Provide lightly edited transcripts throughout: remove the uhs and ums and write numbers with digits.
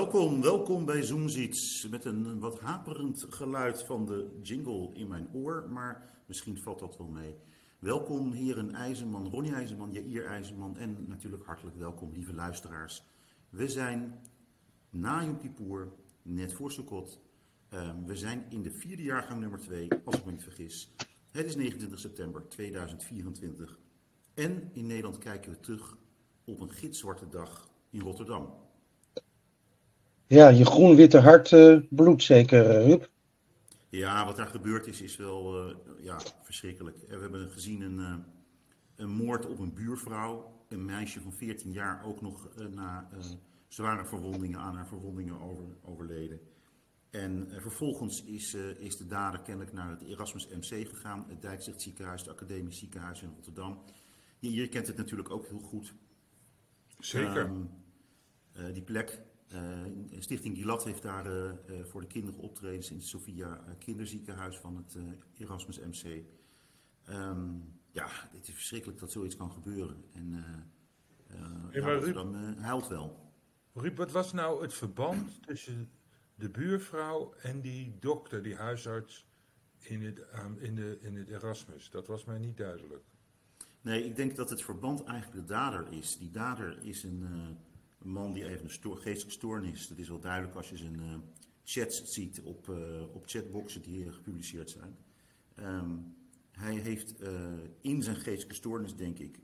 Welkom bij Zoomziets met een wat haperend geluid van de jingle in mijn oor, maar misschien valt dat wel mee. Welkom heren IJzerman, Ronnie IJzerman, Jair IJzerman en natuurlijk hartelijk welkom lieve luisteraars. We zijn na Yom Kippur, net voor Sukkot. We zijn in de 4e jaargang nummer 2, als ik me niet vergis. Het is 29 september 2024 en in Nederland kijken we terug op een gitzwarte dag in Rotterdam. Ja, je groen-witte hart bloedt zeker, Ruud. Ja, wat daar gebeurd is wel verschrikkelijk. We hebben gezien een moord op een buurvrouw. Een meisje van 14 jaar ook nog na zware verwondingen aan haar verwondingen overleden. En vervolgens is de dader kennelijk naar het Erasmus MC gegaan. Het Dijkzicht ziekenhuis, het Academisch ziekenhuis in Rotterdam. Je kent het natuurlijk ook heel goed. Zeker. Die plek. Stichting Gilad heeft daar voor de kinderen optredens in het Sophia kinderziekenhuis van het Erasmus MC. Het is verschrikkelijk dat zoiets kan gebeuren. En Rotterdam huilt wel. Ruud, wat was nou het verband tussen de buurvrouw en die dokter, die huisarts in het Erasmus? Dat was mij niet duidelijk. Nee, ik denk dat het verband eigenlijk de dader is. Die dader is een man die even een geestelijke stoornis. Dat is wel duidelijk als je zijn chats ziet op chatboxen die gepubliceerd zijn. Hij heeft in zijn geestelijke stoornis, denk ik,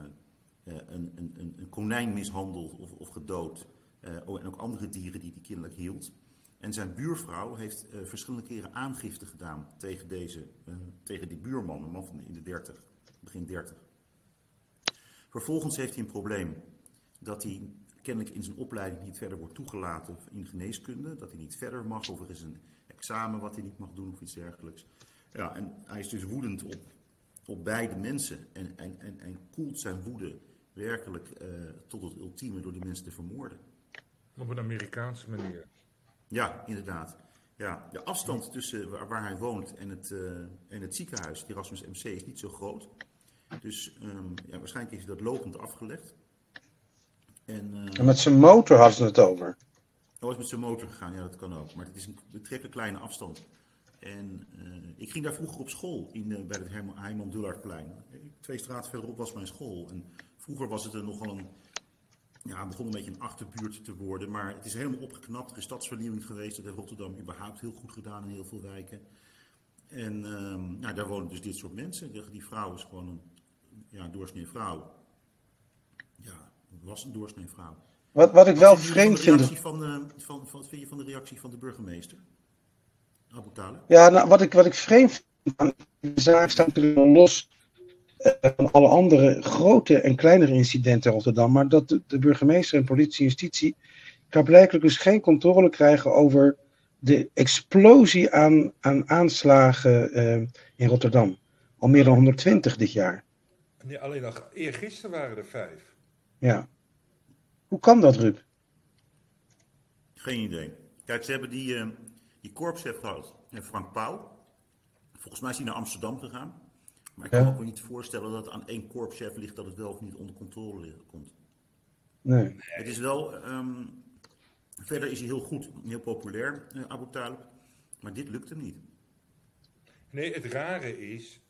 een konijn mishandeld of gedood. En ook andere dieren die hij kinderlijk hield. En zijn buurvrouw heeft verschillende keren aangifte gedaan tegen die buurman, een man van in de 30, begin 30. Vervolgens heeft hij een probleem dat hij kennelijk in zijn opleiding niet verder wordt toegelaten in geneeskunde. Dat hij niet verder mag of er is een examen wat hij niet mag doen of iets dergelijks. Ja, en hij is dus woedend op beide mensen en koelt zijn woede werkelijk tot het ultieme door die mensen te vermoorden. Op een Amerikaanse manier. Ja, inderdaad. Ja, de afstand tussen waar hij woont en het ziekenhuis, het Erasmus MC, is niet zo groot. Dus waarschijnlijk is hij dat lopend afgelegd. En met zijn motor hadden ze het over. Hij is met zijn motor gegaan, ja dat kan ook. Maar het is een betrekkelijk kleine afstand. En ik ging daar vroeger op school, bij het Heiman Dullardplein. 2 straten verderop was mijn school. En vroeger was het nogal het begon een beetje een achterbuurt te worden. Maar het is helemaal opgeknapt. Er is stadsvernieuwing geweest. Dat heeft Rotterdam überhaupt heel goed gedaan in heel veel wijken. En daar wonen dus dit soort mensen. Die vrouw is gewoon een doorsnee vrouw. Ja, was een doorsnee vrouw. Wat ik wel vreemd vind. Wat vind je van de reactie van de burgemeester? Abu Taleb? Ja, nou, wat ik vreemd vind aan de zaak staat natuurlijk los van alle andere grote en kleinere incidenten in Rotterdam. Maar dat de burgemeester en politie en justitie blijkbaar dus geen controle krijgen over de explosie aan aanslagen in Rotterdam. Al meer dan 120 dit jaar. Nee, alleen al eergisteren waren er 5. Ja. Hoe kan dat, Ruud? Geen idee. Kijk, ze hebben die korpschef gehad, Frank Pauw. Volgens mij is hij naar Amsterdam gegaan. Maar ik kan me ook niet voorstellen dat het aan 1 korpschef ligt dat het wel of niet onder controle komt. Nee. Het is wel... verder is hij heel goed, heel populair, Abu Talib. Maar dit lukt hem niet. Nee, het rare is...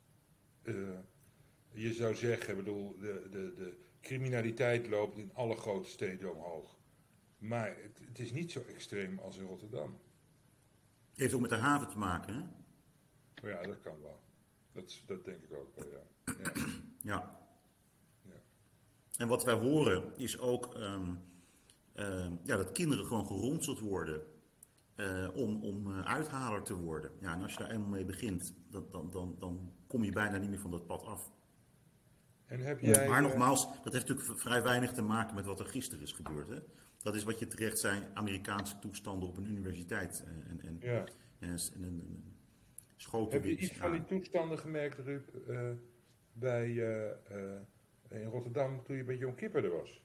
je zou zeggen, de criminaliteit loopt in alle grote steden omhoog. Maar het is niet zo extreem als in Rotterdam. Het heeft ook met de haven te maken, hè? Ja, dat kan wel. Dat denk ik ook wel, ja. Ja. En wat wij horen is ook dat kinderen gewoon geronseld worden om uithaler te worden. Ja, en als je daar eenmaal mee begint, dan kom je bijna niet meer van dat pad af. En heb jij, maar nogmaals, dat heeft natuurlijk vrij weinig te maken met wat er gisteren is gebeurd. Hè? Dat is wat je terecht zei, Amerikaanse toestanden op een universiteit. Schoten. Heb je iets van die toestanden gemerkt, Ruud, in Rotterdam toen je bij Yom Kippur er was?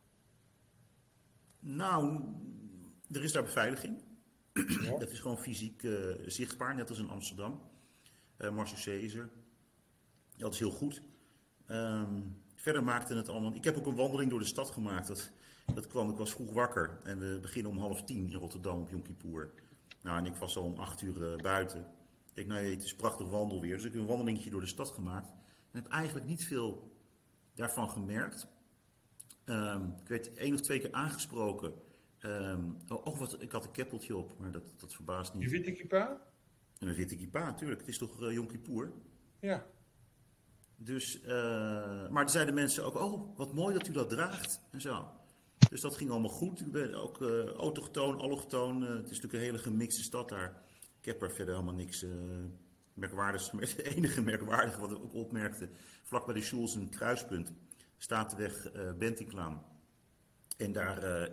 Nou, er is daar beveiliging. Ja? Dat is gewoon fysiek zichtbaar, net als in Amsterdam. Marseillais is er. Dat is heel goed. Verder maakte het allemaal... Ik heb ook een wandeling door de stad gemaakt. Ik was vroeg wakker en we beginnen om 9:30 in Rotterdam op Yom Kippur. Nou, en ik was al om 8 uur buiten. Ik denk, nou, het is prachtig wandelweer. Dus ik heb een wandelingetje door de stad gemaakt. En heb eigenlijk niet veel daarvan gemerkt. Ik werd 1 of 2 keer aangesproken. Ik had een keppeltje op, maar dat verbaast Je niet. witte kippa? En een witte kippa, natuurlijk. Het is toch Yom Kippur? Ja. Dus, maar er zeiden mensen ook, oh, wat mooi dat u dat draagt. En zo. Dus dat ging allemaal goed. Ik ben ook autochtoon, allochtoon. Het is natuurlijk een hele gemixte stad daar. Ik heb er verder helemaal niks merkwaardigs. Het enige merkwaardige wat ik ook opmerkte, vlak bij de Schools een kruispunt, staat de weg Bentiklaan. En daar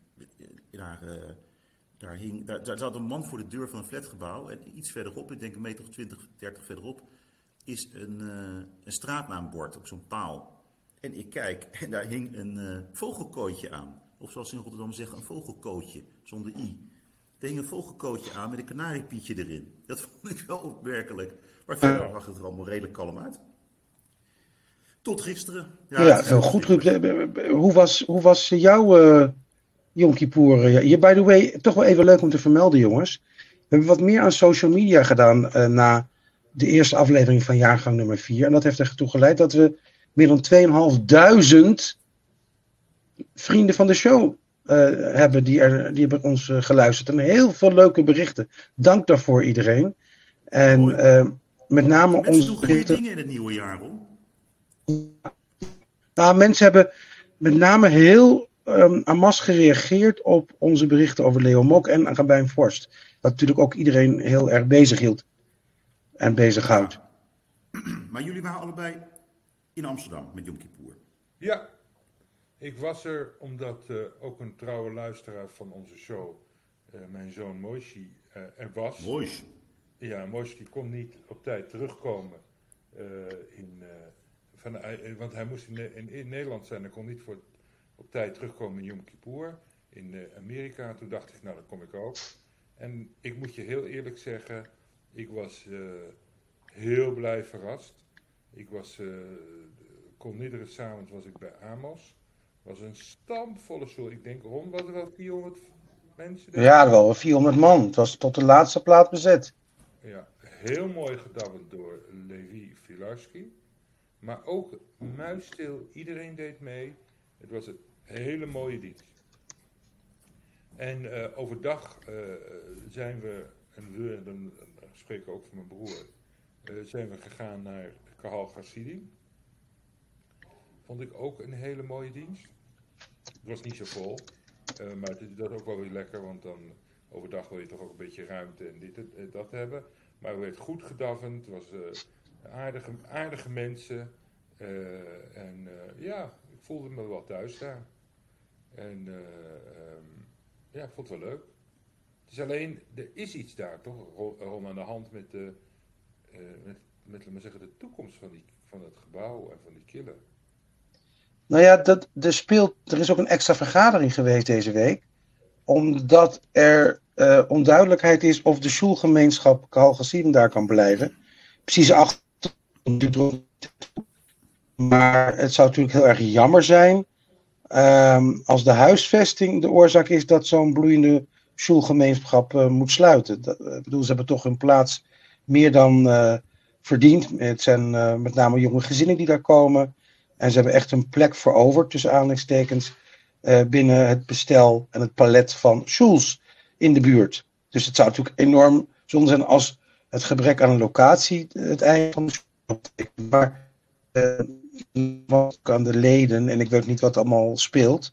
daar zat een man voor de deur van een flatgebouw. En iets verderop, ik denk 1 meter of 20, 30 verderop, is een straatnaambord op zo'n paal. En ik kijk en daar hing een vogelkootje aan. Of zoals ze in Rotterdam zeggen, een vogelkootje, zonder i. Er hing een vogelkootje aan met een kanariepietje erin. Dat vond ik wel opmerkelijk. Maar verder zag het er allemaal redelijk kalm uit. Tot gisteren. Ja, heel goed, Ruud. Hoe was jouw Yom Kippur? Hier, by the way, toch wel even leuk om te vermelden, jongens. We hebben wat meer aan social media gedaan na de eerste aflevering van jaargang nummer 4. En dat heeft ertoe geleid dat we meer dan 2500 vrienden van de show hebben die hebben ons geluisterd. En heel veel leuke berichten. Dank daarvoor iedereen. En met name mensen onze doen goede dingen in het nieuwe jaar, hoor. Nou, mensen hebben met name heel en masse gereageerd op onze berichten over Leo Mok en Rabijn Vorst. Dat natuurlijk ook iedereen heel erg bezig hield en bezighoudt. Maar jullie waren allebei in Amsterdam met Yom Kippur. Ja, ik was er omdat ook een trouwe luisteraar van onze show, mijn zoon Moishi, er was. Moishi. Ja, Moishi kon niet op tijd terugkomen. Want hij moest in Nederland zijn en kon niet op tijd terugkomen in Yom Kippur. In Amerika. Toen dacht ik, nou dan kom ik ook. En ik moet je heel eerlijk zeggen, ik was heel blij verrast. Ik kon s'avonds was ik bij Amos. Was een stampvolle show. Ik denk, was er wel 400 mensen? Ja, wel 400 man. Het was tot de laatste plaat bezet. Ja, heel mooi gedabberd door Levi Filarski. Maar ook muisstil, iedereen deed mee. Het was een hele mooie dienst. En overdag zijn we, en dan spreek ik ook van mijn broer, zijn we gegaan naar Kahal Hasidim. Vond ik ook een hele mooie dienst. Het was niet zo vol, maar dat is ook wel weer lekker, want dan overdag wil je toch ook een beetje ruimte en dit en dat hebben. Maar het werd goed gedaffend, het was aardige mensen. Ik voelde me wel thuis daar. En ik vond het wel leuk. Het is alleen, er is iets daar toch, Ron, aan de hand met laat maar zeggen, de toekomst van het gebouw en van die killer. Nou ja, er is ook een extra vergadering geweest deze week. Omdat er onduidelijkheid is of de Sjoelgemeenschap Kahal Hasidim daar kan blijven. Precies achter. Maar het zou natuurlijk heel erg jammer zijn als de huisvesting de oorzaak is dat zo'n bloeiende Sjoelgemeenschap moet sluiten. Ze hebben toch hun plaats meer dan verdiend. Het zijn met name jonge gezinnen die daar komen. En ze hebben echt een plek voor over, tussen aanhalingstekens, binnen het bestel en het palet van Sjoels in de buurt. Dus het zou natuurlijk enorm zonde zijn als het gebrek aan een locatie het einde van de Sjoel betekent. Maar wat aan de leden, en ik weet niet wat allemaal speelt.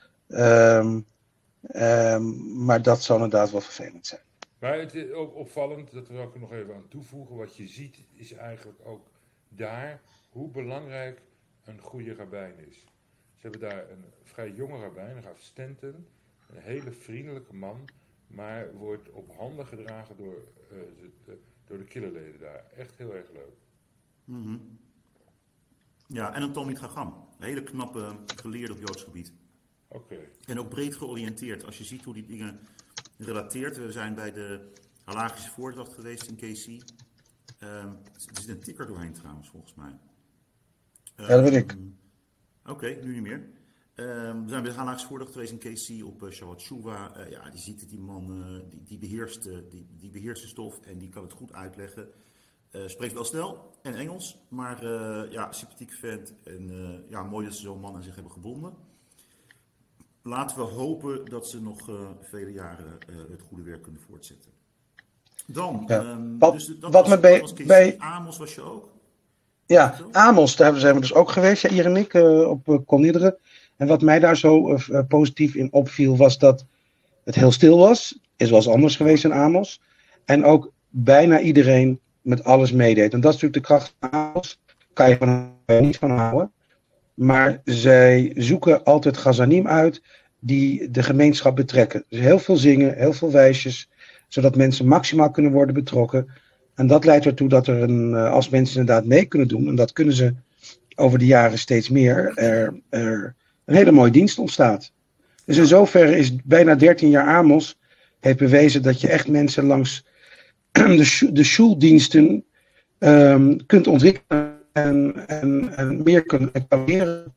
Maar dat zou inderdaad wel vervelend zijn. Maar het is ook opvallend, dat wil ik er nog even aan toevoegen. Wat je ziet is eigenlijk ook daar hoe belangrijk een goede rabbijn is. Ze hebben daar een vrij jonge rabbijn, Rav Stenton, een hele vriendelijke man, maar wordt op handen gedragen door de killerleden daar. Echt heel erg leuk. Mm-hmm. Ja, en een Talmid Chacham. Een hele knappe geleerde op Joods gebied. Okay. En ook breed georiënteerd. Als je ziet hoe die dingen relateert. We zijn bij de Halagische voordracht geweest in KC. Er zit een tikker doorheen trouwens, volgens mij. Ja, dat weet ik. Oké, nu niet meer. We zijn bij Haarlaags voordag geweest in KC op Shawat Shuva. Ja, die ziet het, die man, die beheerst de stof en die kan het goed uitleggen. Spreekt wel snel en Engels, maar ja, sympathiek vent. En ja, mooi dat ze zo'n man aan zich hebben gebonden. Laten we hopen dat ze nog vele jaren het goede werk kunnen voortzetten. Dan, Ja. dat was KC. Amos was je ook? Ja, Amos, daar zijn we dus ook geweest, ja, Ier en ik, op Conideren. En wat mij daar zo positief in opviel, was dat het heel stil was. Is wel eens anders geweest in Amos. En ook bijna iedereen met alles meedeed. En dat is natuurlijk de kracht van Amos. Kan je er niet van houden. Maar zij zoeken altijd gazanim uit die de gemeenschap betrekken. Dus heel veel zingen, heel veel wijsjes, zodat mensen maximaal kunnen worden betrokken. En dat leidt ertoe dat als mensen inderdaad mee kunnen doen, en dat kunnen ze over de jaren steeds meer, er een hele mooie dienst ontstaat. Dus in zoverre is bijna 13 jaar Amos heeft bewezen dat je echt mensen langs de schooldiensten kunt ontwikkelen en meer kunt activeren.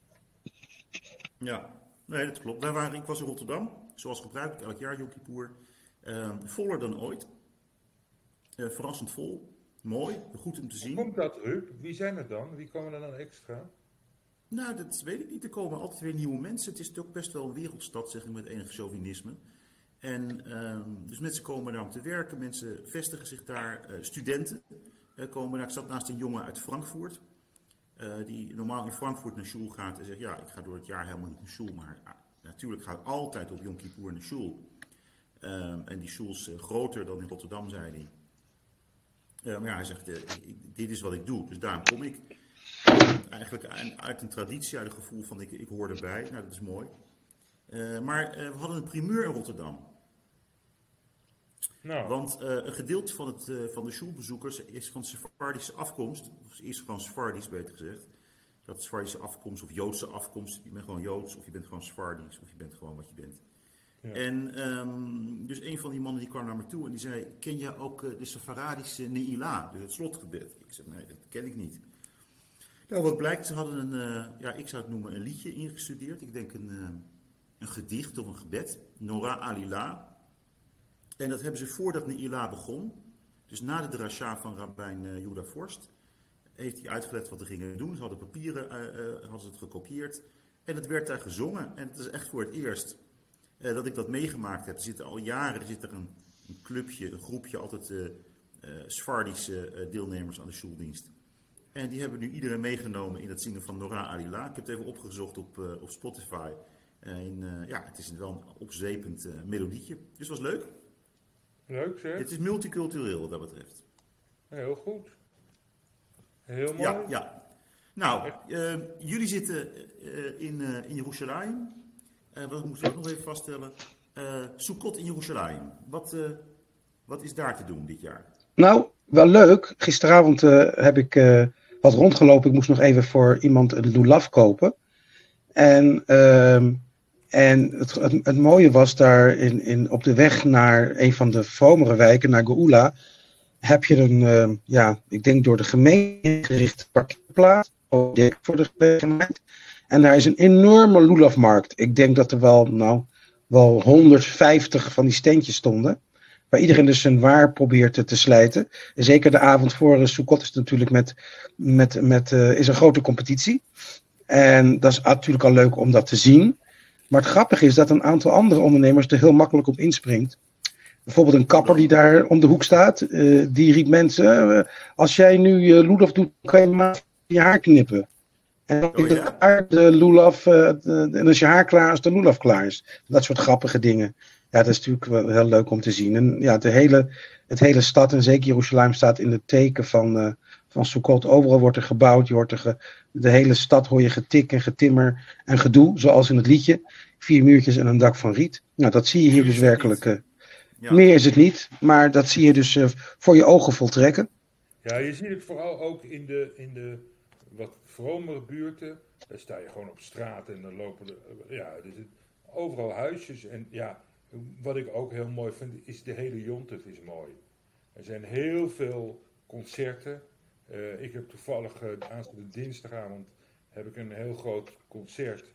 Ja, nee, dat klopt. Ik was in Rotterdam, zoals gebruikelijk elk jaar Yom Kippur. Voller dan ooit. Verrassend vol. Mooi, goed om te zien. Hoe komt dat, Ruud? Wie zijn het dan? Wie komen er dan extra? Nou, dat weet ik niet. Er komen altijd weer nieuwe mensen. Het is toch best wel een wereldstad, zeg ik met enig chauvinisme. En dus mensen komen daar om te werken, mensen vestigen zich daar, studenten komen daar. Ik zat naast een jongen uit Frankfurt, die normaal in Frankfurt naar school gaat en zegt, ja, ik ga door het jaar helemaal niet naar school, maar natuurlijk ga ik altijd op Yom Kippur naar school. En die school is groter dan in Rotterdam, zei hij. Maar ja, hij zegt, dit is wat ik doe, dus daarom kom ik. Eigenlijk uit een traditie, uit een gevoel van ik hoor erbij, nou dat is mooi. Maar we hadden een primeur in Rotterdam. Nou. Want een gedeelte van de schoolbezoekers is van Sephardische afkomst. Of is van Sephardisch, beter gezegd. Dat is Sephardische afkomst of Joodse afkomst. Je bent gewoon Joods of je bent gewoon Sephardisch of je bent gewoon wat je bent. Ja. En dus een van die mannen die kwam naar me toe en die zei, ken jij ook de Sephardische Ne'ilah, dus het slotgebed? Ik zei, nee, dat ken ik niet. Nou, wat blijkt, ze hadden ik zou het noemen een liedje ingestudeerd. Ik denk een gedicht of een gebed, Nora Alila. En dat hebben ze voordat Ne'ilah begon, dus na de drasha van rabbijn Juda Vorst, heeft hij uitgelegd wat ze gingen doen. Ze hadden papieren, hadden ze het gekopieerd en het werd daar gezongen. En het is echt voor het eerst dat ik dat meegemaakt heb. Er zitten al jaren een clubje, een groepje, altijd Sfardische deelnemers aan de schooldienst. En die hebben nu iedereen meegenomen in het zingen van Nora Alila. Ik heb het even opgezocht op Spotify. Het is wel een opzwepend melodietje. Dus het was leuk. Leuk zeg. Het is multicultureel wat dat betreft. Heel goed. Heel mooi. Ja. Nou, jullie zitten in Jeruzalem. Wat moet ik nog even vaststellen? Sukkot in Jeruzalem. Wat is daar te doen dit jaar? Nou, wel leuk. Gisteravond heb ik wat rondgelopen. Ik moest nog even voor iemand een lulav kopen. En het mooie was daar op de weg naar een van de vromere wijken, naar Geula, heb je een, ik denk door de gemeente gerichte parkeerplaats voor de gelegenheid. En daar is een enorme lulavmarkt. Ik denk dat er wel 150 van die steentjes stonden. Waar iedereen dus zijn waar probeert te slijten. En zeker de avond voor Sukkot is het natuurlijk is een grote competitie. En dat is natuurlijk al leuk om dat te zien. Maar het grappige is dat een aantal andere ondernemers er heel makkelijk op inspringt. Bijvoorbeeld een kapper die daar om de hoek staat. Die riep mensen, als jij nu lulav doet, kan je maar je haar knippen. En dan is de lulav, en als je haar klaar is, de lulav klaar is. Dat soort grappige dingen. Ja, dat is natuurlijk wel heel leuk om te zien. En ja, het hele stad, en zeker Jeruzalem, staat in het teken van Sukkot. Overal wordt er gebouwd. De hele stad hoor je getik en getimmer en gedoe, zoals in het liedje. 4 muurtjes en een dak van riet. Nou, dat zie je hier dus werkelijk. Meer is het niet, maar dat zie je dus voor je ogen voltrekken. Ja, je ziet het vooral ook in de wat vromere buurten. Daar sta je gewoon op straat en dan lopen er zitten overal huisjes. En ja, wat ik ook heel mooi vind, is de hele Jontef is mooi. Er zijn heel veel concerten. Ik heb toevallig aanstaande dinsdagavond heb ik een heel groot concert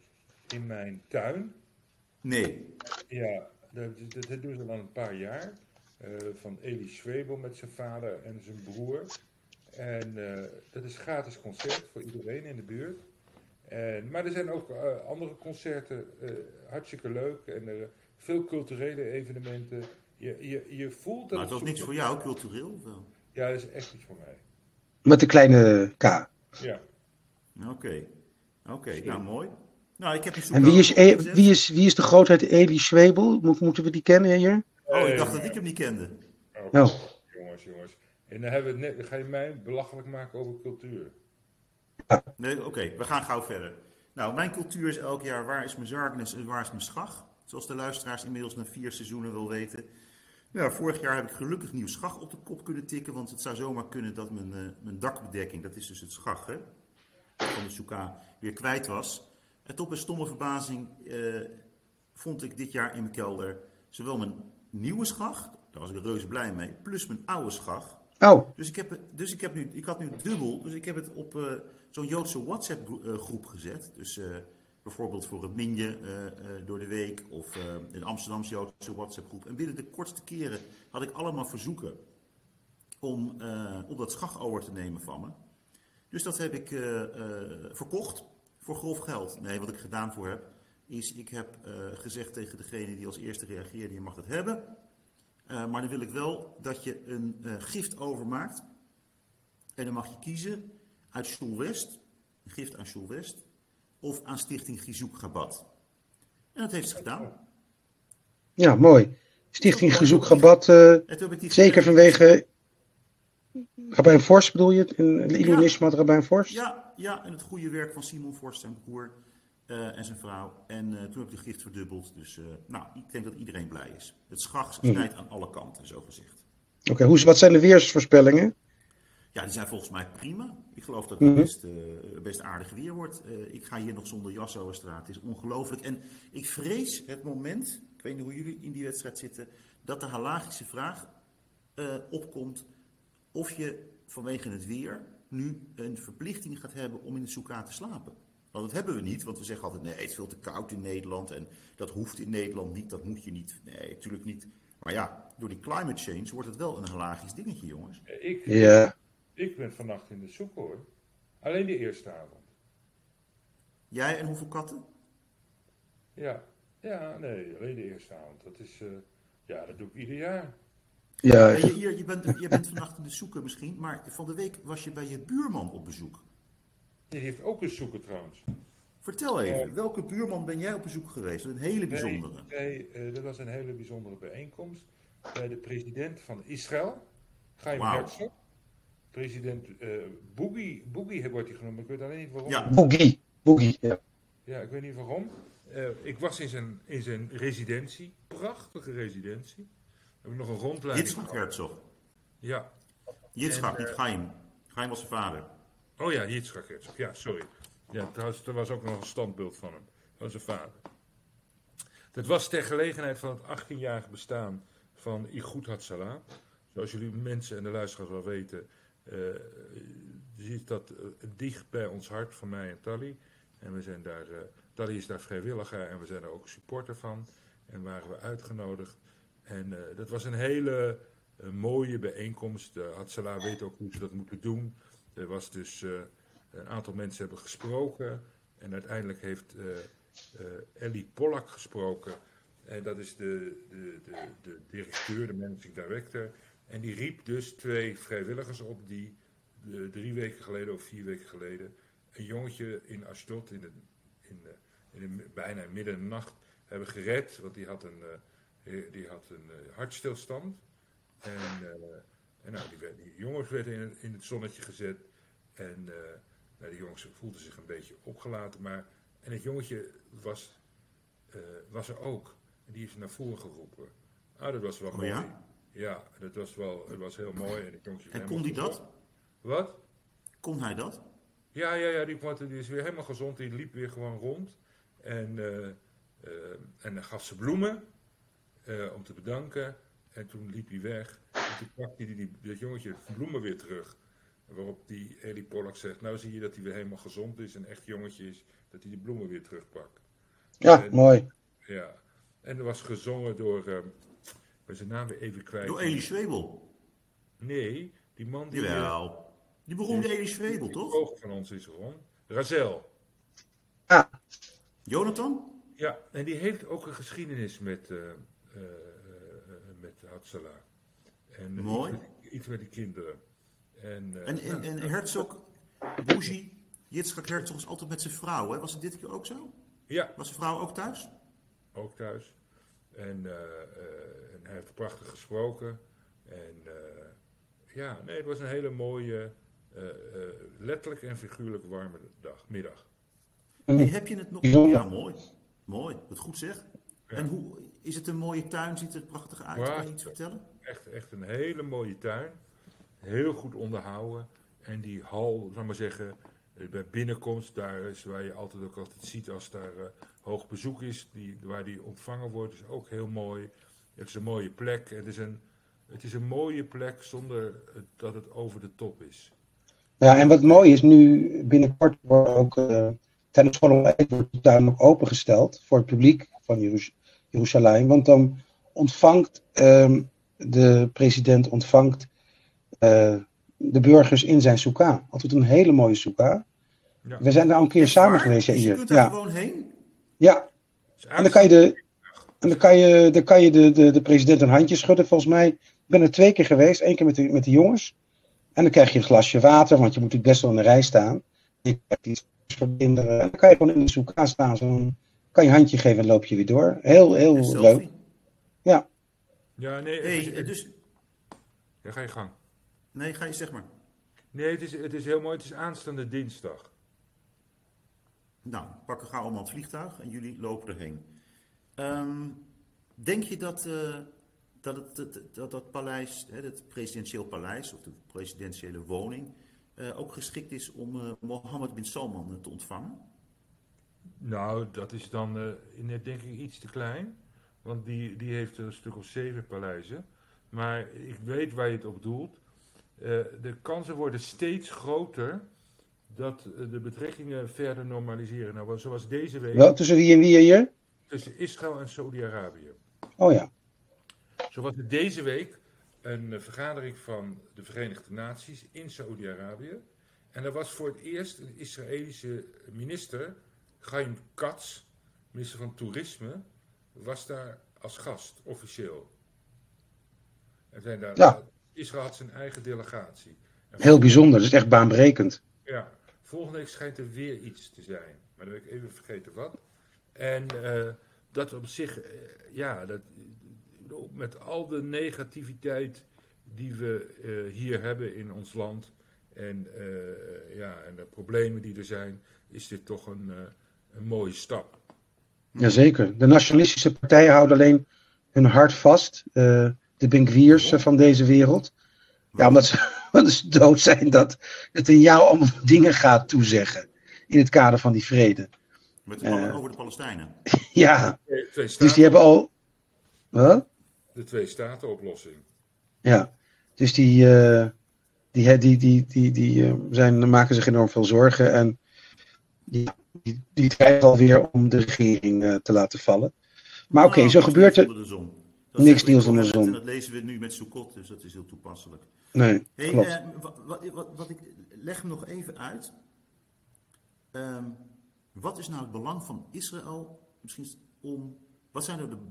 in mijn tuin. Nee. Ja, dat doen ze al een paar jaar. Van Elie Schwebel met zijn vader en zijn broer. En dat is een gratis concert voor iedereen in de buurt. Maar er zijn ook andere concerten, hartstikke leuk. En veel culturele evenementen. Je voelt dat Maar het was niks voor jou, cultureel? Of wel? Ja, dat is echt niet voor mij. Met de kleine K. Ja. Oké, nou mooi. Nou, ik heb een En wie is de grootheid Elie Schwebel? Moeten we die kennen hier? Oh, ik dacht dat ik hem niet kende. Oh. Jongens. En dan ga je mij belachelijk maken over cultuur. Nee, oké, we gaan gauw verder. Nou, mijn cultuur is elk jaar waar is mijn Zargnes en waar is mijn Schach? Zoals de luisteraars inmiddels na 4 seizoenen wel weten. Nou, vorig jaar heb ik gelukkig nieuw Schach op de kop kunnen tikken, want het zou zomaar kunnen dat mijn dakbedekking, dat is dus het Schach, hè, van de Souka, weer kwijt was. En tot mijn stomme verbazing vond ik dit jaar in mijn kelder zowel mijn nieuwe Schach, daar was ik reuze blij mee, plus mijn oude Schach. Oh. Dus ik had nu dubbel, dus ik heb het op zo'n Joodse WhatsApp groep gezet. Dus bijvoorbeeld voor het Minje door de week of een Amsterdamse Joodse WhatsApp groep. En binnen de kortste keren had ik allemaal verzoeken om dat Schach over te nemen van me. Dus dat heb ik verkocht voor grof geld. Nee, wat ik gedaan voor heb, is ik heb gezegd tegen degene die als eerste reageerde, je mag het hebben. Maar dan wil ik wel dat je een gift overmaakt. En dan mag je kiezen uit Sjoel West, een gift aan Sjoel West, of aan Stichting Gizoek Gabat. En dat heeft ze gedaan. Ja, mooi. Stichting Gizoek Gabat, zeker vanwege Rabijn Vorst bedoel je het? In Illusionisme had Rabijn Vorst? Ja, en het goede werk van Simon Vorst, zijn broer en zijn vrouw. En toen heb ik de gift verdubbeld. Dus ik denk dat iedereen blij is. Het Schach snijdt aan alle kanten, zo gezegd. Oké, wat zijn de weersvoorspellingen? Ja, die zijn volgens mij prima. Ik geloof dat het best aardig weer wordt. Ik ga hier nog zonder jas over straat. Het is ongelooflijk. En ik vrees het moment, ik weet niet hoe jullie in die wedstrijd zitten, dat de halagische vraag opkomt of je vanwege het weer nu een verplichting gaat hebben om in het Souka te slapen. Want dat hebben we niet, want we zeggen altijd, nee, het is veel te koud in Nederland en dat hoeft in Nederland niet, dat moet je niet. Nee, natuurlijk niet. Maar ja, door die climate change wordt het wel een halagisch dingetje, jongens. Ik ben vannacht in de soep, hoor. Alleen de eerste avond. Jij en hoeveel katten? Ja, nee, alleen de eerste avond. Dat is, dat doe ik ieder jaar. Ja. Je bent vannacht in de zoeken misschien, maar van de week was je bij je buurman op bezoek. Die heeft ook een zoeken trouwens. Vertel even, welke buurman ben jij op bezoek geweest? Een hele bijzondere. Nee, dat was een hele bijzondere bijeenkomst. Bij de president van Israël, Chaim Wauw. Herzog. President Boogie wordt hij genoemd, ik weet alleen niet waarom. Ja. Boogie, ja. Ja, ik weet niet waarom. Ik was in zijn residentie, prachtige residentie. Heb ik nog een rondleiding. Yitzhak Herzog. Ja. Yitzhak, niet Chaim. Chaim was zijn vader. Oh ja, Yitzhak Herzog. Ja, sorry. Ja, trouwens, er was ook nog een standbeeld van hem, van zijn vader. Dat was ter gelegenheid van het 18-jarig bestaan van Igoed Hatzalah. Zoals jullie mensen en de luisteraars wel weten, zit dat dicht bij ons hart van mij en Tally. En we zijn daar, Tally is daar vrijwilliger en we zijn er ook supporter van. En waren we uitgenodigd. En dat was een hele mooie bijeenkomst. Hatzalah weet ook hoe ze dat moeten doen. Er was dus, een aantal mensen hebben gesproken. En uiteindelijk heeft Ellie Pollack gesproken. En dat is de directeur, de managing director. En die riep dus 2 vrijwilligers op die 3 weken geleden of 4 weken geleden een jongetje in Ashdod bijna midden in de nacht hebben gered. Want die had een hartstilstand. En die jongens werden in het zonnetje gezet. En die jongens voelden zich een beetje opgelaten. En het jongetje was er ook. En die is naar voren geroepen. Dat was wel mooi. Ja? Ja, het was heel mooi. En kon die dat? Wat? Kon hij dat? Ja, die is weer helemaal gezond. Die liep weer gewoon rond. En dan gaf ze bloemen om te bedanken. En toen liep hij weg. En toen pakte hij dat jongetje bloemen weer terug. Waarop die Ellie Pollack zegt, nou zie je dat hij weer helemaal gezond is, een echt jongetje is, dat hij die bloemen weer terugpakt. Ja, En, mooi. ja. En er was gezongen door, ik ben zijn naam weer even kwijt. Door Elie Schwebel. Nee, die man die, Jawel. Die beroemde Elie Schwebel, die toch? ogen van ons is gewoon. Razel. Ja, Jonathan? Ja, en die heeft ook een geschiedenis met Hatsala. En Mooi. iets met die kinderen. En, En Herzog, Bougie, Yitzhak Herzog is altijd met zijn vrouw, hè? Was het dit keer ook zo? ja, Was zijn vrouw ook thuis? ook thuis. En hij heeft prachtig gesproken. En ja, nee, het was een hele mooie, letterlijk en figuurlijk warme middag. Hey, heb je het nog? Bijzonder. Ja, mooi. Mooi, wat goed zeg. Ja. En hoe, is het een mooie tuin? Ziet er prachtig uit? Kan je iets vertellen? Echt een hele mooie tuin. Heel goed onderhouden. En die hal, zal ik maar zeggen, bij binnenkomst, daar is waar je altijd ziet als daar hoog bezoek is, waar die ontvangen wordt, is ook heel mooi. Het is een mooie plek. Het is een mooie plek zonder dat het over de top is. Ja, en wat mooi is, nu binnenkort wordt ook tijdens Shalom Eid wordt de tuin ook opengesteld voor het publiek van Jeruzalem. Want dan ontvangt de president de burgers in zijn soekah. Altijd een hele mooie soekah. Ja. We zijn daar al een keer Echt samen waar? geweest. Dus je hier. kunt daar Ja, gewoon heen? ja. En dan kan je de president een handje schudden. Volgens mij, ik ben er 2 keer geweest. 1 keer met de jongens. En dan krijg je een glasje water, want je moet natuurlijk best wel in de rij staan. Je krijgt iets voor kinderen. En dan kan je gewoon in de soekah staan. Kan je een handje geven en loop je weer door. Heel, Een heel leuk. selfie? Ja. Ja, nee, Hey, dus, ja, ga je gang. nee, ga je zeg maar. Nee, het is heel mooi. Het is aanstaande dinsdag. Nou, pakken gauw allemaal het vliegtuig en jullie lopen erheen. Denk je dat paleis, het presidentieel paleis of de presidentiële woning, ook geschikt is om Mohammed bin Salman te ontvangen? Nou, dat is dan net denk ik iets te klein. Want die heeft een stuk of 7 paleizen. Maar ik weet waar je het op doelt. De kansen worden steeds groter dat de betrekkingen verder normaliseren. Nou, zoals deze week Wel, tussen wie en wie hier? tussen Israël en Saudi-Arabië. Oh ja. Zo was er deze week een vergadering van de Verenigde Naties in Saudi-Arabië. En er was voor het eerst een Israëlische minister, Chaim Katz, minister van Toerisme, was daar als gast, officieel. En zijn daar, Ja. Israël had zijn eigen delegatie. En Heel bijzonder. Dat is echt baanbrekend. ja, volgende week schijnt er weer iets te zijn. Maar dan ben ik even vergeten wat. En dat op zich, met al de negativiteit die we hier hebben in ons land. En de problemen die er zijn, is dit toch een mooie stap. Jazeker. De nationalistische partijen houden alleen hun hart vast. De Benkwiers van deze wereld. Ja, omdat ze dood zijn dat het in jou allemaal dingen gaat toezeggen. In het kader van die vrede. Over de Palestijnen. Ja, Twee dus die hebben al... Wat? De twee-staten-oplossing. Ja, dus die maken zich enorm veel zorgen. En die drijven alweer om de regering te laten vallen. Maar oké, zo niks gebeurt nieuws er. onder de zon. Niks nieuws onder de zon. En dat lezen we nu met Sukkot, dus dat is heel toepasselijk. Nee, Hey, klopt. wat ik leg hem nog even uit. Wat is nou het belang van Israël? Misschien wat zijn nou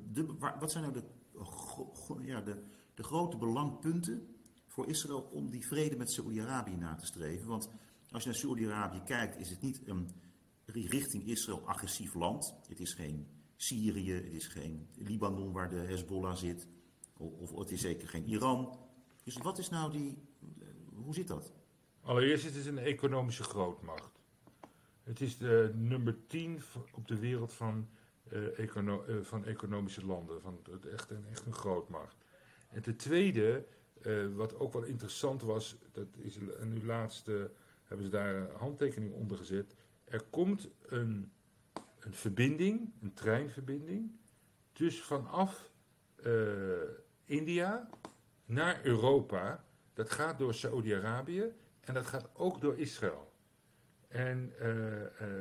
de grote belangpunten voor Israël om die vrede met Saoedi-Arabië na te streven? Want als je naar Saoedi-Arabië kijkt, is het niet een richting Israël agressief land. Het is geen Syrië, het is geen Libanon waar de Hezbollah zit, of het is zeker geen Iran. Dus wat is nou hoe zit dat? Allereerst, het is een economische grootmacht. Het is de nummer 10 op de wereld van economische landen. Echt een grootmacht. En ten tweede, wat ook wel interessant was, dat is nu laatst hebben ze daar een handtekening onder gezet. Er komt een verbinding, een treinverbinding, dus vanaf India naar Europa. Dat gaat door Saoedi-Arabië en dat gaat ook door Israël. En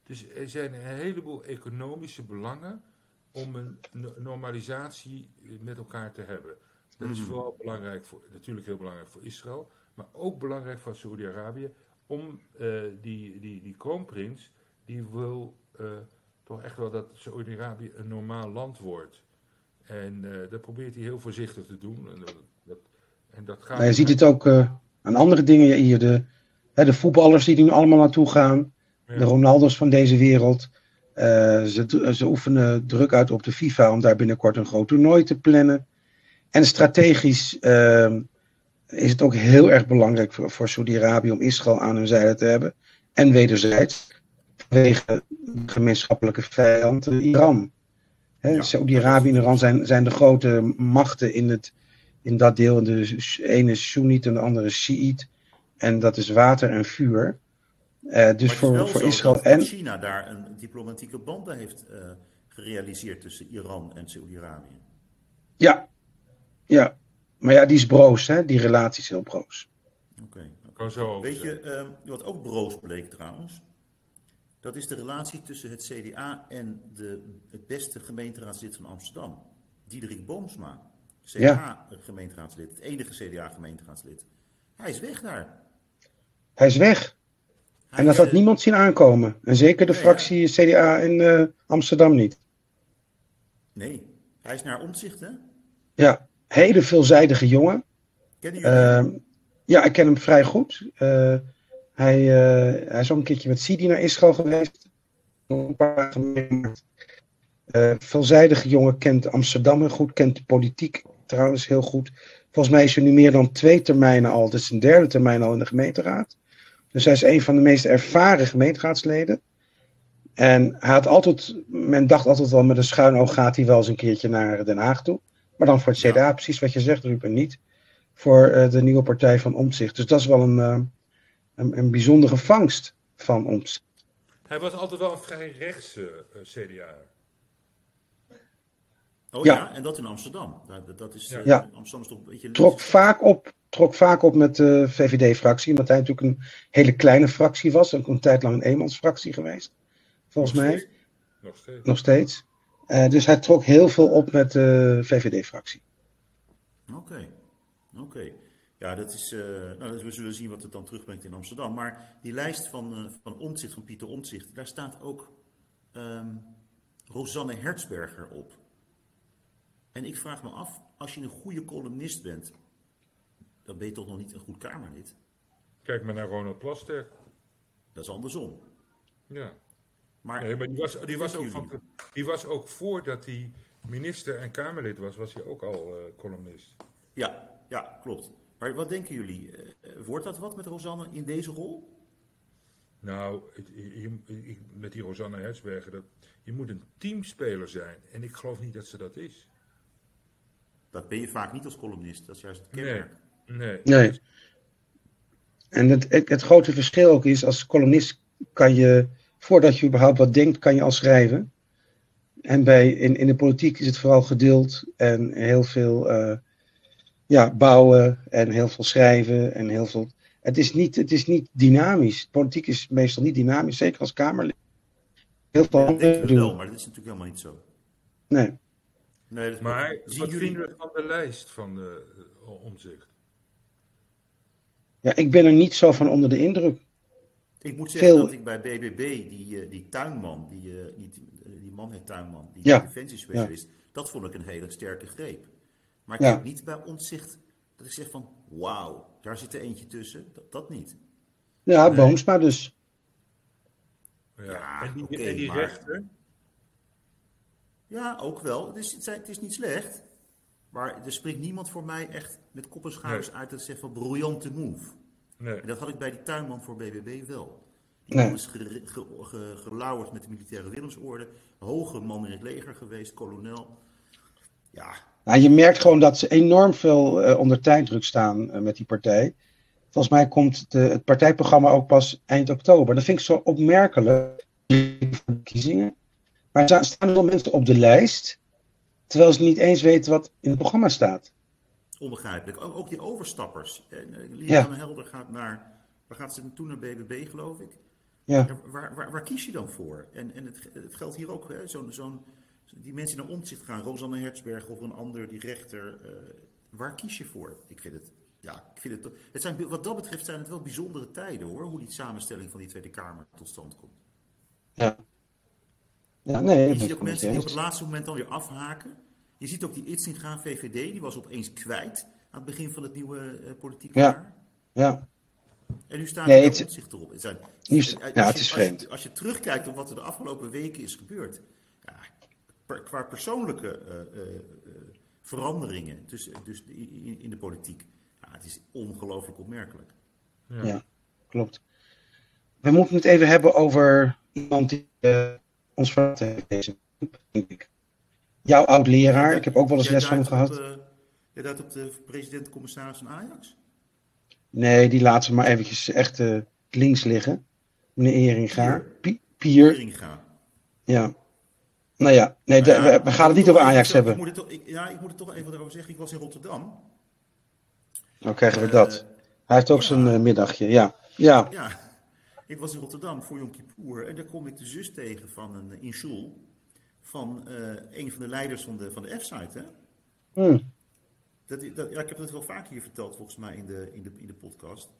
Dus er zijn een heleboel economische belangen om een normalisatie met elkaar te hebben. Dat is vooral belangrijk natuurlijk heel belangrijk voor Israël, maar ook belangrijk voor Saoedi-Arabië. Om die kroonprins, die wil toch echt wel dat Saoedi-Arabië een normaal land wordt. En dat probeert hij heel voorzichtig te doen. En dat gaat. Maar je ziet het ook aan andere dingen hier. De voetballers die er nu allemaal naartoe gaan. Ja. De Ronaldo's van deze wereld. Ze oefenen druk uit op de FIFA om daar binnenkort een groot toernooi te plannen. En strategisch is het ook heel erg belangrijk voor Saudi-Arabië om Israël aan hun zijde te hebben. En wederzijds vanwege de gemeenschappelijke vijand Iran. Ja. Saudi-Arabië en Iran zijn de grote machten in dat deel. De ene is Soeniet en de andere is Shiït. En dat is water en vuur. Dus voor Israël en China daar een diplomatieke band bij heeft gerealiseerd tussen Iran en Saoedi-Arabië. Ja. Maar ja, die is broos, hè? Die relatie is heel broos. Oké. Kan zo over Weet zijn. je wat ook broos bleek trouwens? Dat is de relatie tussen het CDA en het beste gemeenteraadslid van Amsterdam. Diederik Boomsma. CDA-gemeenteraadslid. Het enige CDA-gemeenteraadslid. Hij is weg daar. Hij is weg. En dat had niemand zien aankomen. En zeker de fractie CDA in Amsterdam niet. Nee, hij is naar Omtzigt, hè? Ja, hele veelzijdige jongen. Kennen jullie hem? Ja, ik ken hem vrij goed. Hij is ook een keertje met Sidi naar Israël geweest. Een paar dagen meegemaakt. Veelzijdige jongen, kent Amsterdam heel goed, kent de politiek trouwens heel goed. Volgens mij is hij nu meer dan 2 termijnen al, dit is zijn 3e termijn al in de gemeenteraad. Dus hij is een van de meest ervaren gemeenteraadsleden. En men dacht altijd wel met een schuin oog gaat hij wel eens een keertje naar Den Haag toe. Maar dan voor het CDA, precies wat je zegt, Ruben, niet voor de nieuwe partij van Omtzigt. Dus dat is wel een bijzondere vangst van Omtzigt. Hij was altijd wel een vrij rechtse CDA. Oh ja. Ja, en dat in Amsterdam. Dat is, Amsterdam is toch een beetje... Trok vaak op met de VVD-fractie, omdat hij natuurlijk een hele kleine fractie was. Ook een tijd lang een eenmansfractie geweest, volgens mij. Nog steeds. Dus hij trok heel veel op met de VVD-fractie. Oké. Ja, dat is, we zullen zien wat het dan terugbrengt in Amsterdam. Maar die lijst van Omtzigt, van Pieter Omtzigt, daar staat ook Rosanne Hertzberger op. En ik vraag me af, als je een goede columnist bent, dan ben je toch nog niet een goed Kamerlid? Kijk maar naar Ronald Plasterk. Dat is andersom. Ja. Maar die was ook voordat hij minister en Kamerlid was hij ook al columnist. Ja, klopt. Maar wat denken jullie? Wordt dat wat met Rosanne in deze rol? Nou, met die Rosanne Hertzberger, je moet een teamspeler zijn. En ik geloof niet dat ze dat is. Dat ben je vaak niet als columnist. Dat is juist het kenmerk. Nee. En het grote verschil ook is, als columnist kan je, voordat je überhaupt wat denkt, kan je al schrijven. En in de politiek is het vooral geduld en heel veel bouwen en heel veel schrijven en heel veel... Het is niet dynamisch. Politiek is meestal niet dynamisch, zeker als Kamerlid. Heel veel dat denken we wel, maar dat is natuurlijk helemaal niet zo. Nee. Maar wat vinden we van de lijst van de Omtzigt? Ja, ik ben er niet zo van onder de indruk. Ik moet zeggen dat ik bij BBB, die tuinman, die man heet tuinman, die defensiespecialist, dat vond ik een hele sterke greep. Maar ik heb niet bij Omtzigt dat ik zeg van, wauw, daar zit er eentje tussen. Dat niet. Ja, nee. Boomsma dus. Ja, en die rechter? Ja, ook wel. Het is niet slecht. Maar er springt niemand voor mij echt met kop en schouders uit dat zegt van briljante move. Nee. En dat had ik bij die tuinman voor BBB wel. Die man is gelauwerd met de militaire Willemsorde. Hoge man in het leger geweest, kolonel. Ja. Nou, je merkt gewoon dat ze enorm veel onder tijddruk staan met die partij. Volgens mij komt het partijprogramma ook pas eind oktober. Dat vind ik zo opmerkelijk voor de verkiezingen. Maar er staan wel mensen op de lijst, terwijl ze niet eens weten wat in het programma staat. Onbegrijpelijk. Ook die overstappers. Liliane Helder gaat naar... Waar gaat ze toen naar BBB, geloof ik? Ja. Ja, waar kies je dan voor? En het geldt hier ook, hè? Die mensen die naar Omtzigt gaan, Rosanne Hertzberg of een ander, die rechter, waar kies je voor? Het zijn, wat dat betreft zijn het wel bijzondere tijden hoor, hoe die samenstelling van die Tweede Kamer tot stand komt. Ja. Ja, nee, Je ziet ook mensen die op het laatste moment dan weer afhaken. Je ziet ook die Itzinga VVD, die was opeens kwijt aan het begin van het nieuwe politieke jaar. Ja. En nu staat Nee, er Omtzigt erop. Het is vreemd. Als je terugkijkt op wat er de afgelopen weken is gebeurd, qua persoonlijke veranderingen dus in de politiek, het is ongelooflijk opmerkelijk. Ja, klopt. We moeten het even hebben over iemand die ons verlaten heeft deze, denk ik. Jouw oud-leraar, ik heb ook wel eens les van hem gehad. Jij duidt op de president-commissaris van Ajax? Nee, die laat ze maar eventjes echt links liggen. Meneer Heringa. Pier. Heringa. Ja. Nou ja, nee, we gaan het niet over Ajax hebben. Ik moet het toch even over zeggen. Ik was in Rotterdam. Nou krijgen we dat. Hij heeft ook zijn middagje, ja. Ja, ik was in Rotterdam voor Yom Kippur. En daar kom ik de zus tegen van een inshul. Van een van de leiders van de F-site, hè? Ik heb het wel vaak hier verteld, volgens mij, in de podcast.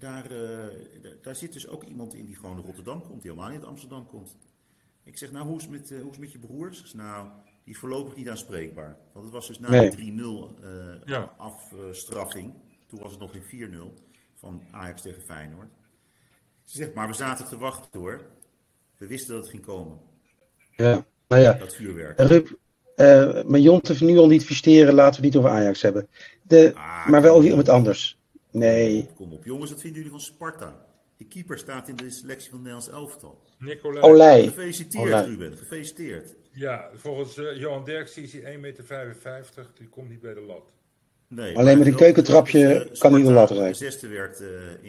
Daar zit dus ook iemand in die gewoon naar Rotterdam komt, die helemaal niet uit Amsterdam komt. Ik zeg, nou, hoe is het met je broers? Ik zeg, nou, die is voorlopig niet aanspreekbaar. Want het was dus na de 3-0 afstraffing. Toen was het nog in 4-0 van Ajax tegen Feyenoord. Ze zegt, maar we zaten te wachten hoor. We wisten dat het ging komen. Ja, nou ja. Dat vuurwerk. Ruud, mijn Jonte nu al niet versteren, laten we het niet over Ajax hebben. Maar wel over het anders. Nee. Kom op jongens, wat vinden jullie van Sparta? Die keeper staat in de selectie van het Nederlands elftal. Nicolai. Olij. Gefeliciteerd Ruben, gefeliciteerd. Ja, volgens Johan Derksen is hij 1,55 meter, die komt niet bij de lat. Nee, alleen met een keukentrapje kan hij de lat rijden. Zesde werd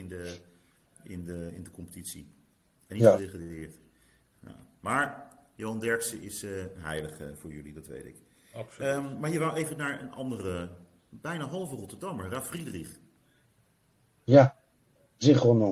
in de competitie. En niet gedegradeerd. Ja. Maar Johan Derksen is heilig voor jullie, dat weet ik. Absoluut. Maar je wou even naar een andere, bijna halve Rotterdammer, Raf Friedrich. Ja, Zigrono.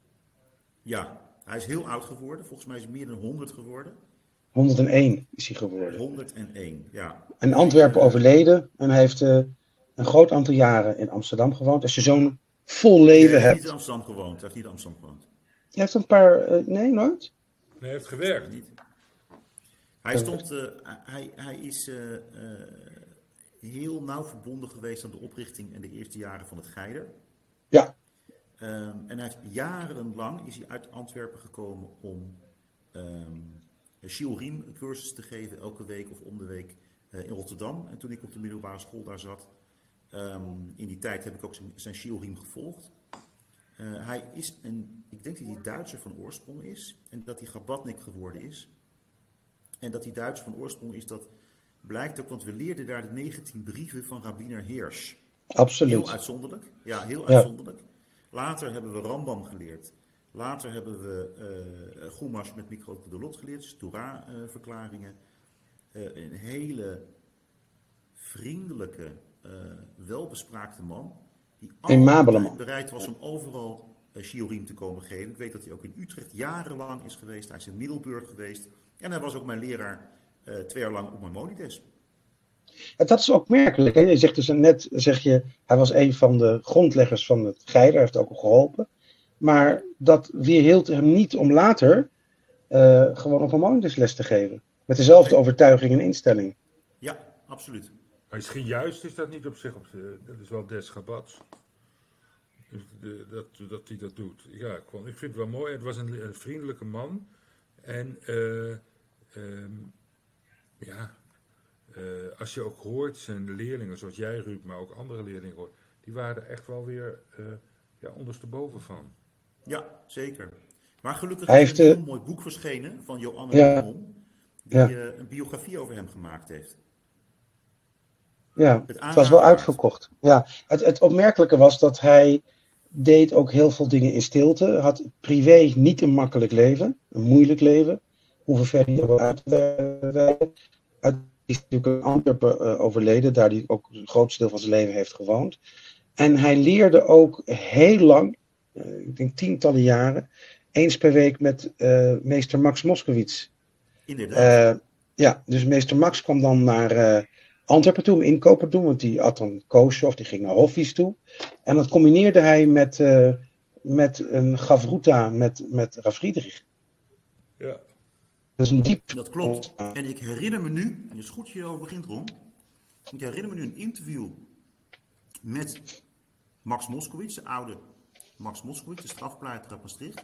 Ja, hij is heel oud geworden. Volgens mij is hij meer dan 100 geworden. 101 is hij geworden. 101, ja. In Antwerpen overleden en hij heeft een groot aantal jaren in Amsterdam gewoond. Als je zo'n vol leven hebt. Hij heeft niet in Amsterdam gewoond. Hij heeft een paar... nee, nooit? Nee, hij heeft gewerkt. Niet. Hij is heel nauw verbonden geweest aan de oprichting en de eerste jaren van het Geider. Ja. En hij heeft jarenlang is hij uit Antwerpen gekomen om shioriem cursus te geven, elke week of om de week in Rotterdam. En toen ik op de middelbare school daar zat, in die tijd heb ik ook zijn shioriem gevolgd. Hij is ik denk dat hij Duitser van oorsprong is en dat hij Gabatnik geworden is. En dat hij Duitser van oorsprong is, dat blijkt ook, want we leerden daar de 19 brieven van Rabbiner Hirsch. Absoluut. Heel uitzonderlijk. Ja, heel uitzonderlijk. Later hebben we Rambam geleerd. Later hebben we Chumash met Mikro de Lot geleerd, dus Torah-verklaringen. Een hele vriendelijke, welbespraakte man. Die altijd bereid was om overal shioriem te komen geven. Ik weet dat hij ook in Utrecht jarenlang is geweest. Hij is in Middelburg geweest. En hij was ook mijn leraar 2 jaar lang op Maimonides. Ja, dat is ook merkelijk. Hè? Je zegt dus net, hij was een van de grondleggers van het Geider. Hij heeft ook al geholpen. Maar dat weerhield hem niet om later gewoon op Maimonides les te geven. Met dezelfde overtuiging en instelling. Ja, absoluut. Misschien juist is dat niet op zich, dat is wel des Gabbats. Dus dat hij dat doet. Ja, ik vind het wel mooi. Het was een vriendelijke man. En als je ook hoort, zijn leerlingen, zoals jij Ruud, maar ook andere leerlingen hoort, die waren er echt wel weer ondersteboven van. Ja, zeker. Maar gelukkig is er een heel mooi boek verschenen van Joanne Ramon, die een biografie over hem gemaakt heeft. Ja, het was wel uitverkocht. Ja, het opmerkelijke was dat hij deed ook heel veel dingen in stilte. Had privé niet een makkelijk leven, een moeilijk leven. Hoeveel ver hij uit Hij is natuurlijk in Antwerpen overleden, daar hij ook het grootste deel van zijn leven heeft gewoond. En hij leerde ook heel lang, ik denk tientallen jaren, eens per week met meester Max Moskowitz. Inderdaad. Ja, dus meester Max kwam dan naar Antwerpen toe om inkopen te doen, want die had dan koosje of die ging naar Hoffies toe. En dat combineerde hij met een Gavruta met Rav Friedrich. Ja. Dat is een diep. Dat klopt. En ik herinner me nu, en het is goed je over begint, Ron. Ik herinner me nu een interview met Max Moskowitz, de oude Max Moskowitz, de strafpleiter uit Maastricht.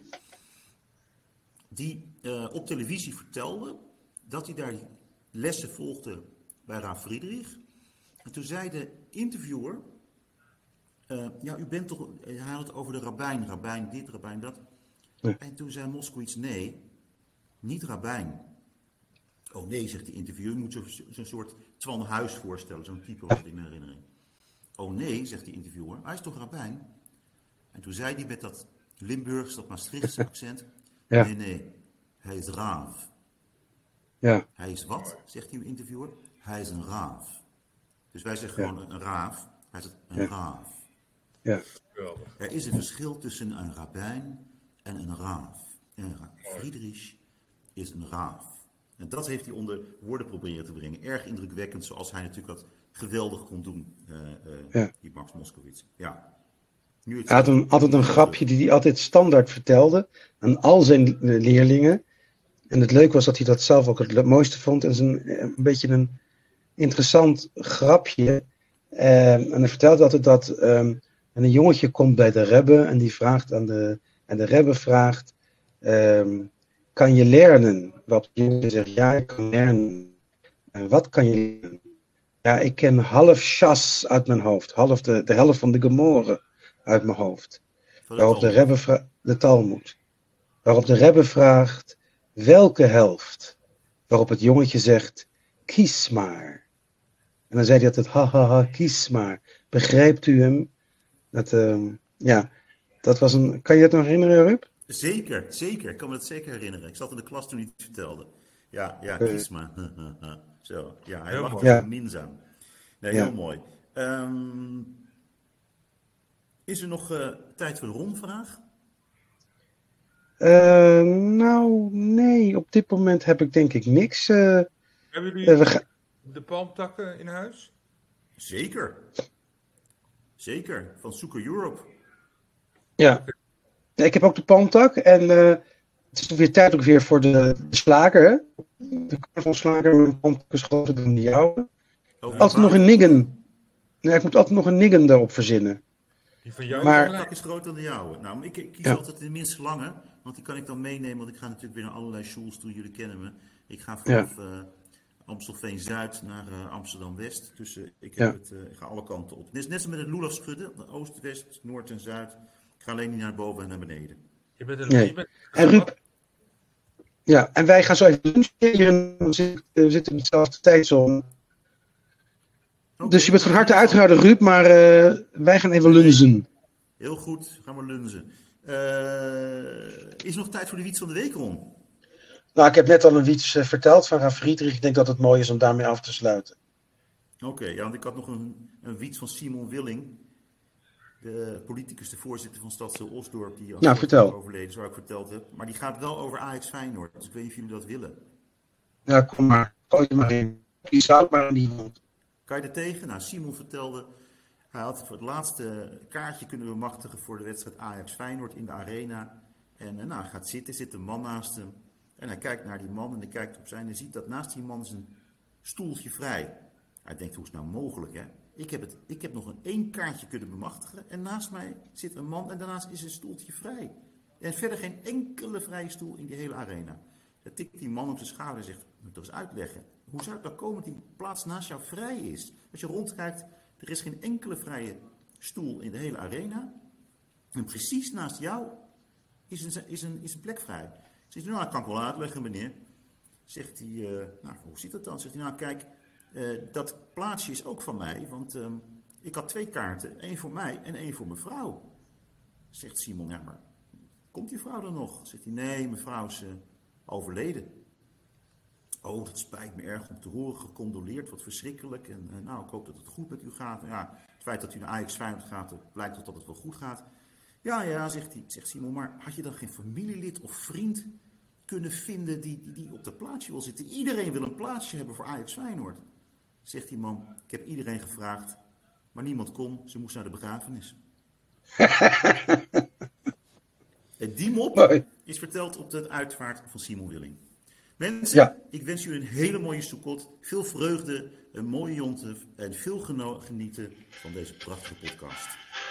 Die op televisie vertelde dat hij daar lessen volgde bij Rav Friedrich. En toen zei de interviewer, ja, u bent toch, hij had het over de rabbijn dit, rabbijn dat. Ja. En toen zei Moskowitz, nee, niet rabbijn. Oh nee, zegt die interviewer, je moet zo'n soort Twan Huis voorstellen, zo'n type was het in mijn herinnering. Oh nee, zegt die interviewer, hij is toch rabbijn? En toen zei hij met dat Limburgs, dat Maastrichtse accent, Ja. nee, hij is raaf. Ja. Hij is wat, zegt die interviewer? Hij is een raaf. Dus wij zeggen gewoon een raaf, hij is een raaf. Ja. Geweldig. Er is een verschil tussen een rabbijn en een raaf. En Friedrich is een raaf. En dat heeft hij onder woorden proberen te brengen. Erg indrukwekkend, zoals hij natuurlijk dat geweldig kon doen, die Max Moskowitz. Ja. Nu Hij had altijd een grapje die hij altijd standaard vertelde aan al zijn leerlingen. En het leuke was dat hij dat zelf ook het mooiste vond. En een beetje een interessant grapje. En hij vertelde altijd dat een jongetje komt bij de Rebbe en die vraagt en de Rebbe vraagt, kan je leren? Wat de jongetje zegt, ja, ik kan leren. En wat kan je leren? Ja, ik ken half Shas uit mijn hoofd, half de helft van de Gemore uit mijn hoofd. Waarop de Rebbe de Talmud. Waarop de Rebbe vraagt, welke helft? Waarop het jongetje zegt, kies maar. En dan zei hij altijd, ha, kies maar. Begrijpt u hem? Dat was een... Kan je het nog herinneren, Rup? Zeker. Ik kan me dat zeker herinneren. Ik zat in de klas toen hij het vertelde. Ja, kies maar. Zo, ja, hij lacht zo minzaam. Nee, heel mooi. Is er nog tijd voor de rondvraag? Nou, nee. Op dit moment heb ik denk ik niks. Hebben jullie de palmtakken in huis? Zeker. Van Zoeker Europe. Ja. Ik heb ook de palmtak. En het is weer tijd ook weer voor de slager. Hè? De carnavalslager met een palmtak is groter dan die jouwe. Altijd nog een niggen. Nee, ik moet altijd nog een niggen daarop verzinnen. Die van jou palmtak is groter dan de jouwe. Nou, ik kies altijd de minst lange. Want die kan ik dan meenemen. Want ik ga natuurlijk weer naar allerlei schools toe. Jullie kennen me. Ik ga vanaf Amstelveen-Zuid naar Amsterdam-West. Dus ik ga alle kanten op. Het is net zo met het Loelafschudden. Oost, West, Noord en Zuid. Ik ga alleen niet naar boven en naar beneden. Je bent een En Ruud, ja, en wij gaan zo even lunchen. We zitten in dezelfde tijdzone. Okay. Dus je bent van harte uitgenodigd, Ruud, maar wij gaan even lunchen. Heel goed, gaan we lunchen. Is er nog tijd voor de wiets van de week, Ron? Nou, ik heb net al een wiets verteld van Rav Friedrich. Ik denk dat het mooi is om daarmee af te sluiten. Oké, ja, want ik had nog een wiets van Simon Willing. De politicus, de voorzitter van Stadsdeel Osdorp, die overleden, zoals ik verteld heb. Maar die gaat wel over Ajax Feyenoord, dus ik weet niet of jullie dat willen. Ja, kom maar. Gooi je maar in. Die zou maar in die mond. Kan je er tegen? Nou, Simon vertelde, hij had voor het laatste kaartje kunnen bemachtigen voor de wedstrijd Ajax Feyenoord in de arena. En hij gaat zitten, zit een man naast hem. En hij kijkt naar die man en hij kijkt op zijn en ziet dat naast die man is een stoeltje vrij. Hij denkt, hoe is het nou mogelijk, hè? Ik heb nog één kaartje kunnen bemachtigen en naast mij zit een man en daarnaast is een stoeltje vrij. En verder geen enkele vrije stoel in die hele arena. Dan tikt die man op zijn schouder en zegt, moet toch eens uitleggen. Hoe zou het nou komen dat die plaats naast jou vrij is? Als je rondkijkt, er is geen enkele vrije stoel in de hele arena. En precies naast jou is een plek vrij. Zegt hij, nou, dat kan ik wel uitleggen, meneer. Zegt hij, nou, hoe zit dat dan? Zegt hij, nou, kijk, dat plaatsje is ook van mij, want ik had 2 kaarten. 1 voor mij en 1 voor mijn vrouw. Zegt Simon, ja, maar komt die vrouw dan nog? Zegt hij, nee, mijn vrouw is overleden. Oh, dat spijt me erg om te horen, gecondoleerd, wat verschrikkelijk. En nou, ik hoop dat het goed met u gaat. Ja, het feit dat u naar Ajax Feyenoord gaat, blijkt dat het wel goed gaat. Ja, zegt Simon, maar had je dan geen familielid of vriend kunnen vinden die op dat plaatsje wil zitten? Iedereen wil een plaatsje hebben voor Ajax Feyenoord. Zegt die man, ik heb iedereen gevraagd, maar niemand kon, ze moest naar de begrafenis. En die mop is verteld op de uitvaart van Simon Willing. Mensen, ik wens jullie een hele mooie Sukkot, veel vreugde, een mooie jonte en veel genieten van deze prachtige podcast.